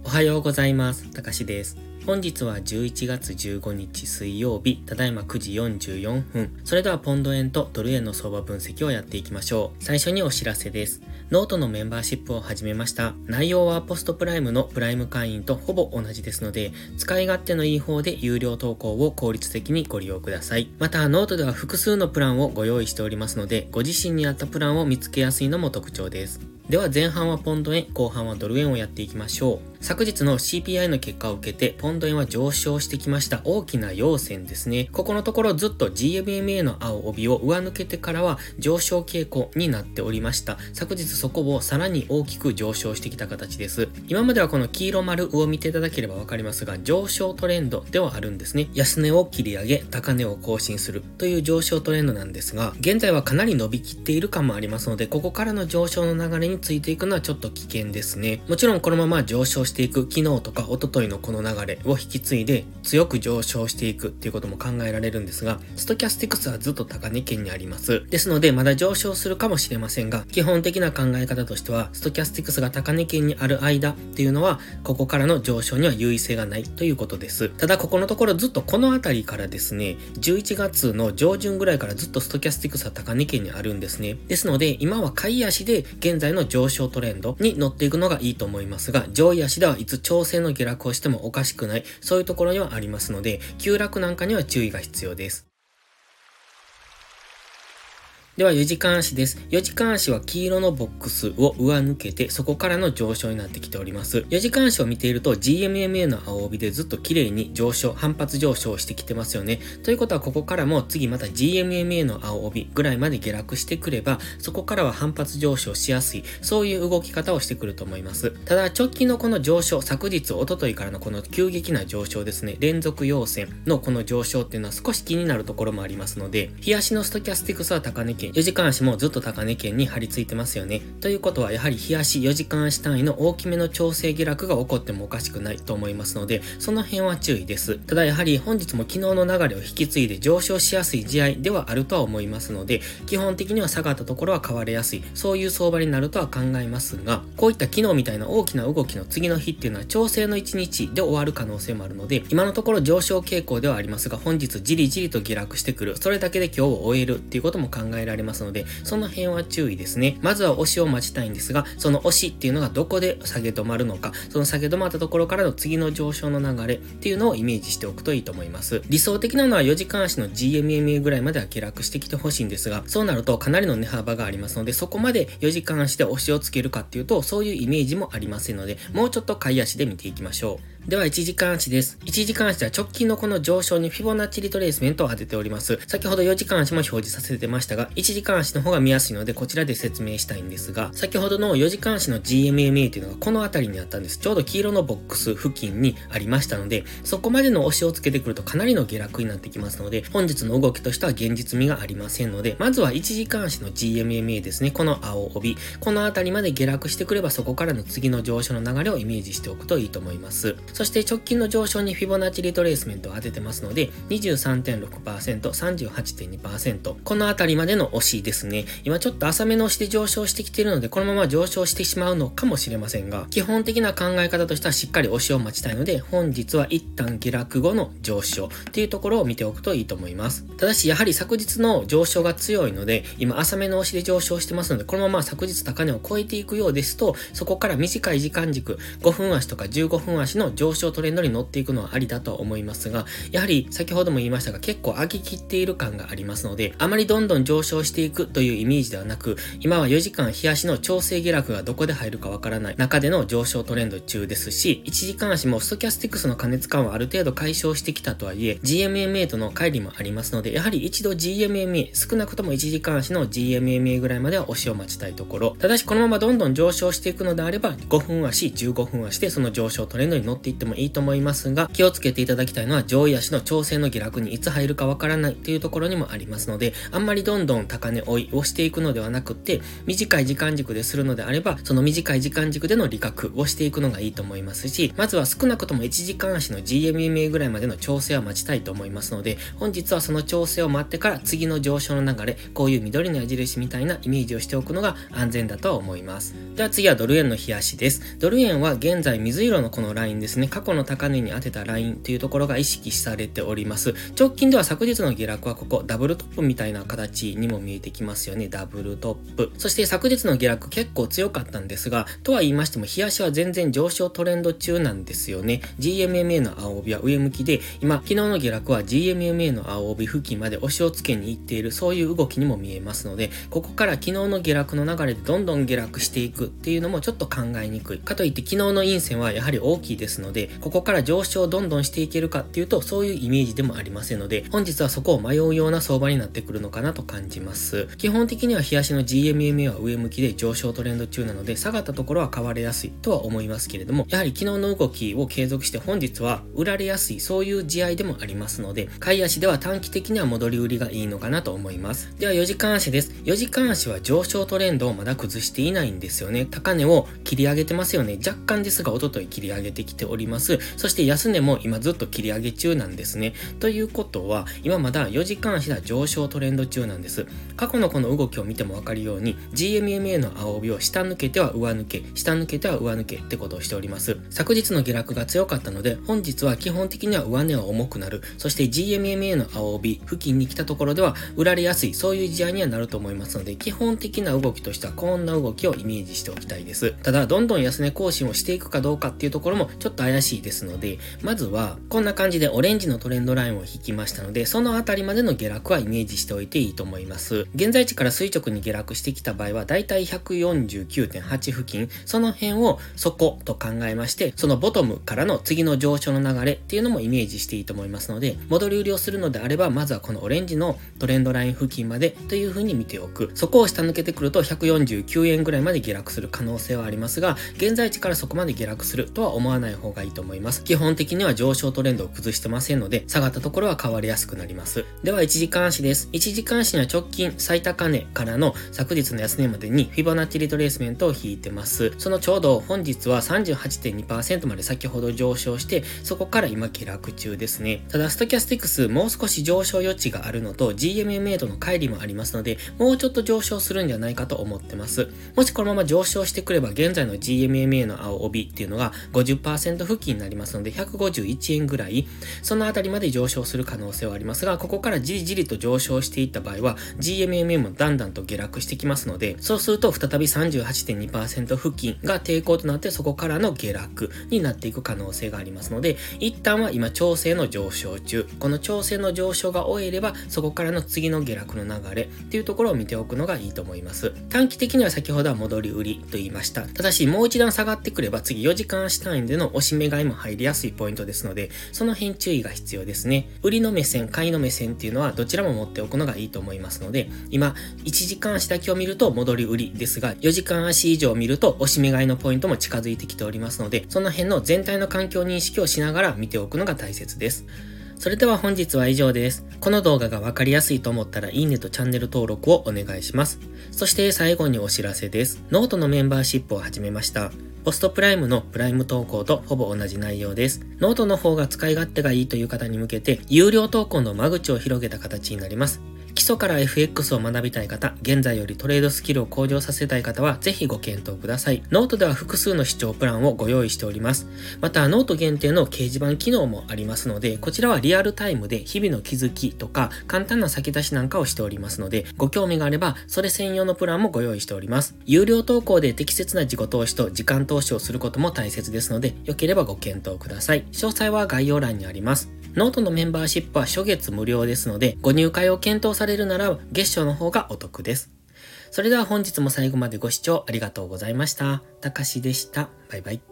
おはようございます。たかしです。本日は11月15日水曜日、ただいま9時44分。それではポンド円とドル円の相場分析をやっていきましょう。最初にお知らせです。ノートのメンバーシップを始めました。内容はポストプライムのプライム会員とほぼ同じですので、使い勝手のいい方で有料投稿を効率的にご利用ください。また、ノートでは複数のプランをご用意しておりますので、ご自身に合ったプランを見つけやすいのも特徴です。では前半はポンド円、後半はドル円をやっていきましょう。昨日の CPI の結果を受けて、ポンド円は上昇してきました。大きな陽線ですね。ここのところずっと GMMA の青帯を上抜けてからは上昇傾向になっておりました。昨日そこをさらに大きく上昇してきた形です。今まではこの黄色丸を見ていただければわかりますが、上昇トレンドではあるんですね。安値を切り上げ、高値を更新するという上昇トレンドなんですが、現在はかなり伸びきっている感もありますので、ここからの上昇の流れについていくのはちょっと危険ですね。もちろんこのまま上昇していく、昨日とか一昨日のこの流れを引き継いで強く上昇していくっていうことも考えられるんですが、ストキャスティクスはずっと高値圏にあります。ですのでまだ上昇するかもしれませんが、基本的な考え方としては、ストキャスティクスが高値圏にある間っていうのは、ここからの上昇には優位性がないということです。ただここのところずっとこのあたりからですね、11月の上旬ぐらいからずっとストキャスティクスは高値圏にあるんですね。ですので今は買い足で現在の上昇トレンドに乗っていくのがいいと思いますが、上位足ではいつ調整の下落をしてもおかしくない、そういうところにはありますので、急落なんかには注意が必要です。では4時間足です。4時間足は黄色のボックスを上抜けて、そこからの上昇になってきております。4時間足を見ていると GMMA の青帯でずっと綺麗に上昇、反発上昇してきてますよね。ということはここからも次また GMMA の青帯ぐらいまで下落してくれば、そこからは反発上昇しやすい、そういう動き方をしてくると思います。ただ直近のこの上昇、昨日、一昨日からのこの急激な上昇ですね、連続陽線のこの上昇っていうのは少し気になるところもありますので、日足のストキャスティクスは高値圏、4時間足もずっと高値圏に張り付いてますよね。ということはやはり日足4時間足単位の大きめの調整下落が起こってもおかしくないと思いますので、その辺は注意です。ただやはり本日も昨日の流れを引き継いで上昇しやすい試合ではあるとは思いますので、基本的には下がったところは買われやすい、そういう相場になるとは考えますが、こういった昨日みたいな大きな動きの次の日っていうのは調整の1日で終わる可能性もあるので、今のところ上昇傾向ではありますが、本日じりじりと下落してくる、それだけで今日を終えるっていうことも考えられますので、その辺は注意ですね。まずは押しを待ちたいんですが、その押しっていうのがどこで下げ止まるのか、その下げ止まったところからの次の上昇の流れっていうのをイメージしておくといいと思います。理想的なのは4時間足の GMMA ぐらいまでは下落してきてほしいんですが、そうなるとかなりの値幅がありますので、そこまで4時間足で押しをつけるかっていうと、そういうイメージもありませんので、もうちょっと買い足で見ていきましょう。では1時間足です。1時間足では直近のこの上昇にフィボナッチリトレースメントを当てております。先ほど4時間足も表示させてましたが、1時間足の方が見やすいのでこちらで説明したいんですが、先ほどの4時間足の GMMA というのがこの辺りにあったんです。ちょうど黄色のボックス付近にありましたので、そこまでの押しをつけてくるとかなりの下落になってきますので、本日の動きとしては現実味がありませんので、まずは1時間足の GMMA ですね。この青帯、この辺りまで下落してくればそこからの次の上昇の流れをイメージしておくといいと思います。そして直近の上昇にフィボナッチリトレースメントを当ててますので、23.6%、38.2%、この辺りまでの押しですね。今ちょっと浅めの押しで上昇してきているので、このまま上昇してしまうのかもしれませんが、基本的な考え方としてはしっかり押しを待ちたいので、本日は一旦下落後の上昇っていうところを見ておくといいと思います。ただしやはり昨日の上昇が強いので、今浅めの押しで上昇してますので、このまま昨日高値を超えていくようですと、そこから短い時間軸、5分足とか15分足の上昇トレンドに乗っていくのはありだと思いますが、やはり先ほども言いましたが結構上げきっている感がありますので、あまりどんどん上昇していくというイメージではなく、今は4時間日足の調整下落がどこで入るかわからない中での上昇トレンド中ですし、1時間足もストキャスティクスの過熱感はある程度解消してきたとはいえ、GMMA との乖離もありますので、やはり一度 GMMA、少なくとも1時間足の GMMA ぐらいまでは押しを待ちたいところ。ただしこのままどんどん上昇していくのであれば、5分足、15分足でその上昇トレンドに乗って言ってもいいと思いますが、気をつけていただきたいのは上位足の調整の下落にいつ入るかわからないというところにもありますので、あんまりどんどん高値追いをしていくのではなくって、短い時間軸でするのであれば、その短い時間軸での利確をしていくのがいいと思いますし、まずは少なくとも1時間足の GMMA ぐらいまでの調整は待ちたいと思いますので、本日はその調整を待ってから次の上昇の流れ、こういう緑の矢印みたいなイメージをしておくのが安全だとは思います。では次はドル円の冷やしです。ドル円は現在水色のこのラインですね、過去の高値に当てたラインというところが意識されております。直近では昨日の下落はここダブルトップみたいな形にも見えてきますよね。ダブルトップ。そして昨日の下落結構強かったんですが、とは言いましても冷やしは全然上昇トレンド中なんですよね。GMMA の青帯は上向きで、今昨日の下落は GMMA の青帯付近まで押しをつけに行っている、そういう動きにも見えますので、ここから昨日の下落の流れでどんどん下落していくっていうのもちょっと考えにくい。かといって昨日の陰線はやはり大きいですので、ここから上昇をどんどんしていけるかっていうと、そういうイメージでもありませんので、本日はそこを迷うような相場になってくるのかなと感じます。基本的には冷やしの GMMA は上向きで上昇トレンド中なので、下がったところは買われやすいとは思いますけれども、やはり昨日の動きを継続して本日は売られやすい、そういう試合でもありますので、買い足では短期的には戻り売りがいいのかなと思います。では4時間足です。4時間足は上昇トレンドをまだ崩していないんですよね。高値を切り上げてますよね。若干ですが一昨日切り上げてきております。そして安値も今ずっと切り上げ中なんですね。ということは、今まだ4時間足では上昇トレンド中なんです。過去のこの動きを見てもわかるように、GMMA の青帯を下抜けては上抜け、下抜けては上抜けってことをしております。昨日の下落が強かったので、本日は基本的には上値は重くなる。そして GMMA の青帯付近に来たところでは売られやすい、そういう試合にはなると思いますので、基本的な動きとしてはこんな動きをイメージしておきたいです。ただ、どんどん安値更新をしていくかどうかっていうところもちょっと怪しいですので、まずはこんな感じでオレンジのトレンドラインを引きましたので、そのあたりまでの下落はイメージしておいていいと思います。現在地から垂直に下落してきた場合はだいたい 149.8 付近、その辺を底と考えまして、そのボトムからの次の上昇の流れっていうのもイメージしていいと思いますので、戻り売りをするのであれば、まずはこのオレンジのトレンドライン付近までという風に見ておく。そこを下抜けてくると149円ぐらいまで下落する可能性はありますが、現在地からそこまで下落するとは思わない方がいいと思います。基本的には上昇トレンドを崩してませんので、下がったところは買われやすくなります。では1時間足です。1時間足には直近最高値からの昨日の安値までにフィボナッチリトレースメントを引いてます。そのちょうど本日は 38.2% まで先ほど上昇して、そこから今下落中ですね。ただストキャスティクスもう少し上昇余地があるのと GMMA との乖離もありますので、もうちょっと上昇するんじゃないかと思ってます。もしこのまま上昇してくれば現在の GMMA の青帯っていうのが 50% 付近になりますので151円ぐらい、そのあたりまで上昇する可能性はありますが、ここからじりじりと上昇していった場合は GMMA もだんだんと下落してきますので、そうすると再び 38.2% 付近が抵抗となって、そこからの下落になっていく可能性がありますので、一旦は今調整の上昇中、この調整の上昇が終えればそこからの次の下落の流れっていうところを見ておくのがいいと思います。短期的には先ほどは戻り売りと言いました。ただしもう一段下がってくれば次4時間足単位での押し目買いも入りやすいポイントですので、その辺注意が必要ですね。売りの目線、買いの目線っていうのはどちらも持っておくのがいいと思いますので、今1時間足だけを見ると戻り売りですが、4時間足以上を見ると押し目買いのポイントも近づいてきておりますので、その辺の全体の環境認識をしながら見ておくのが大切です。それでは本日は以上です。この動画がわかりやすいと思ったらいいねとチャンネル登録をお願いします。そして最後にお知らせです。ノートのメンバーシップを始めました。ポストプライムのプライム投稿とほぼ同じ内容です。ノートの方が使い勝手がいいという方に向けて、有料投稿の間口を広げた形になります。基礎から FX を学びたい方、現在よりトレードスキルを向上させたい方はぜひご検討ください。ノートでは複数の視聴プランをご用意しております。またノート限定の掲示板機能もありますので、こちらはリアルタイムで日々の気づきとか簡単な先出しなんかをしておりますので、ご興味があればそれ専用のプランもご用意しております。有料投稿で適切な自己投資と時間投資をすることも大切ですので、よければご検討ください。詳細は概要欄にあります。ノートのメンバーシップは初月無料ですので、ご入会を検討されるなら月賞の方がお得です。それでは本日も最後までご視聴ありがとうございました。たかしでした。バイバイ。